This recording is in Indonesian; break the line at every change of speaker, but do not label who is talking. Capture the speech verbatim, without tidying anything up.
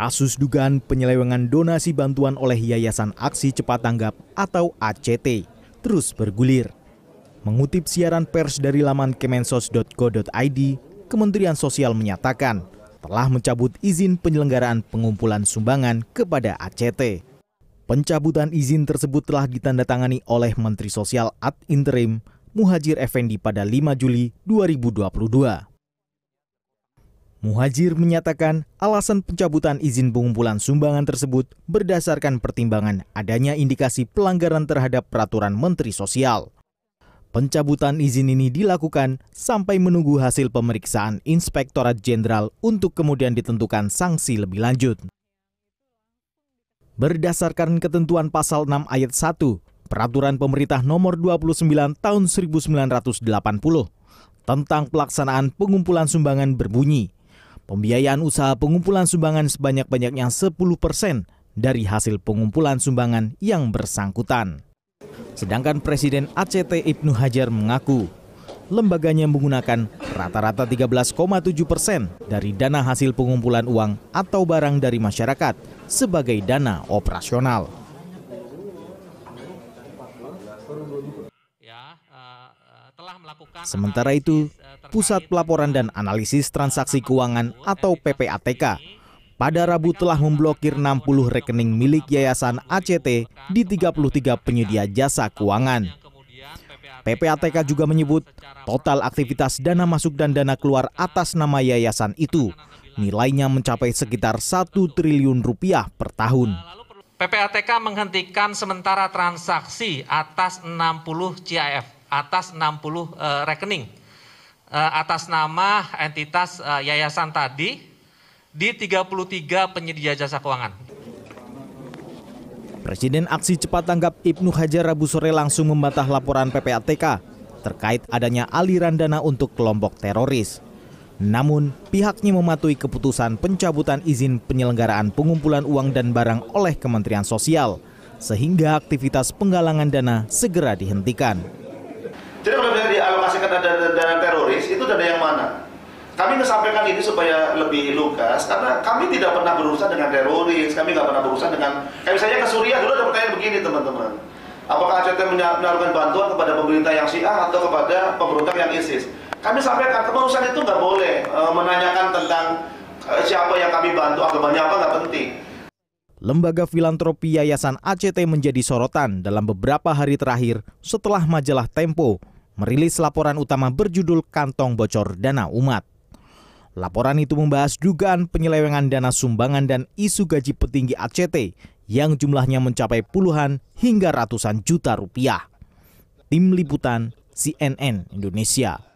Kasus dugaan penyelewengan donasi bantuan oleh Yayasan Aksi Cepat Tanggap atau A C T terus bergulir. Mengutip siaran pers dari laman kemensos dot go dot i d, Kementerian Sosial menyatakan telah mencabut izin penyelenggaraan pengumpulan sumbangan kepada A C T. Pencabutan izin tersebut telah ditandatangani oleh Menteri Sosial ad interim Muhadjir Effendi pada lima Juli dua ribu dua puluh dua. Muhadjir menyatakan alasan pencabutan izin pengumpulan sumbangan tersebut berdasarkan pertimbangan adanya indikasi pelanggaran terhadap peraturan Menteri Sosial. Pencabutan izin ini dilakukan sampai menunggu hasil pemeriksaan Inspektorat Jenderal untuk kemudian ditentukan sanksi lebih lanjut. Berdasarkan ketentuan pasal enam ayat satu, Peraturan Pemerintah Nomor dua puluh sembilan Tahun seribu sembilan ratus delapan puluh tentang pelaksanaan pengumpulan sumbangan berbunyi, pembiayaan usaha pengumpulan sumbangan sebanyak-banyaknya sepuluh persen dari hasil pengumpulan sumbangan yang bersangkutan. Sedangkan Presiden A C T Ibnu Hajar mengaku lembaganya menggunakan rata-rata tiga belas koma tujuh persen dari dana hasil pengumpulan uang atau barang dari masyarakat sebagai dana operasional. Sementara itu, Pusat Pelaporan dan Analisis Transaksi Keuangan atau P P A T K pada Rabu telah memblokir enam puluh rekening milik Yayasan A C T di tiga puluh tiga penyedia jasa keuangan. P P A T K juga menyebut total aktivitas dana masuk dan dana keluar atas nama yayasan itu nilainya mencapai sekitar satu triliun rupiah per tahun.
P P A T K menghentikan sementara transaksi atas enam puluh C I F, atas enam puluh uh, rekening, uh, atas nama entitas uh, yayasan tadi di tiga puluh tiga penyedia jasa keuangan.
Presiden Aksi Cepat Tanggap Ibnu Hajar Rabu sore langsung membantah laporan P P A T K terkait adanya aliran dana untuk kelompok teroris. Namun, pihaknya mematuhi keputusan pencabutan izin penyelenggaraan pengumpulan uang dan barang oleh Kementerian Sosial, sehingga aktivitas penggalangan dana segera dihentikan.
Jadi kalau misalnya dialokasikan dana, dana teroris, itu dana yang mana? Kami menyampaikan ini supaya lebih lugas, karena kami tidak pernah berurusan dengan teroris, kami nggak pernah berurusan dengan, kayak misalnya ke Suriah dulu ada pertanyaan begini teman-teman. Apakah A C T menaruhkan bantuan kepada pemerintah yang Syiah atau kepada pemberontak yang ISIS? Kami sampaikan kepengurusan itu nggak boleh e, menanyakan tentang e, siapa yang kami bantu, agamanya apa, nggak penting.
Lembaga filantropi Yayasan A C T menjadi sorotan dalam beberapa hari terakhir setelah majalah Tempo merilis laporan utama berjudul Kantong Bocor Dana Umat. Laporan itu membahas dugaan penyelewengan dana sumbangan dan isu gaji petinggi A C T yang jumlahnya mencapai puluhan hingga ratusan juta rupiah. Tim Liputan C N N Indonesia.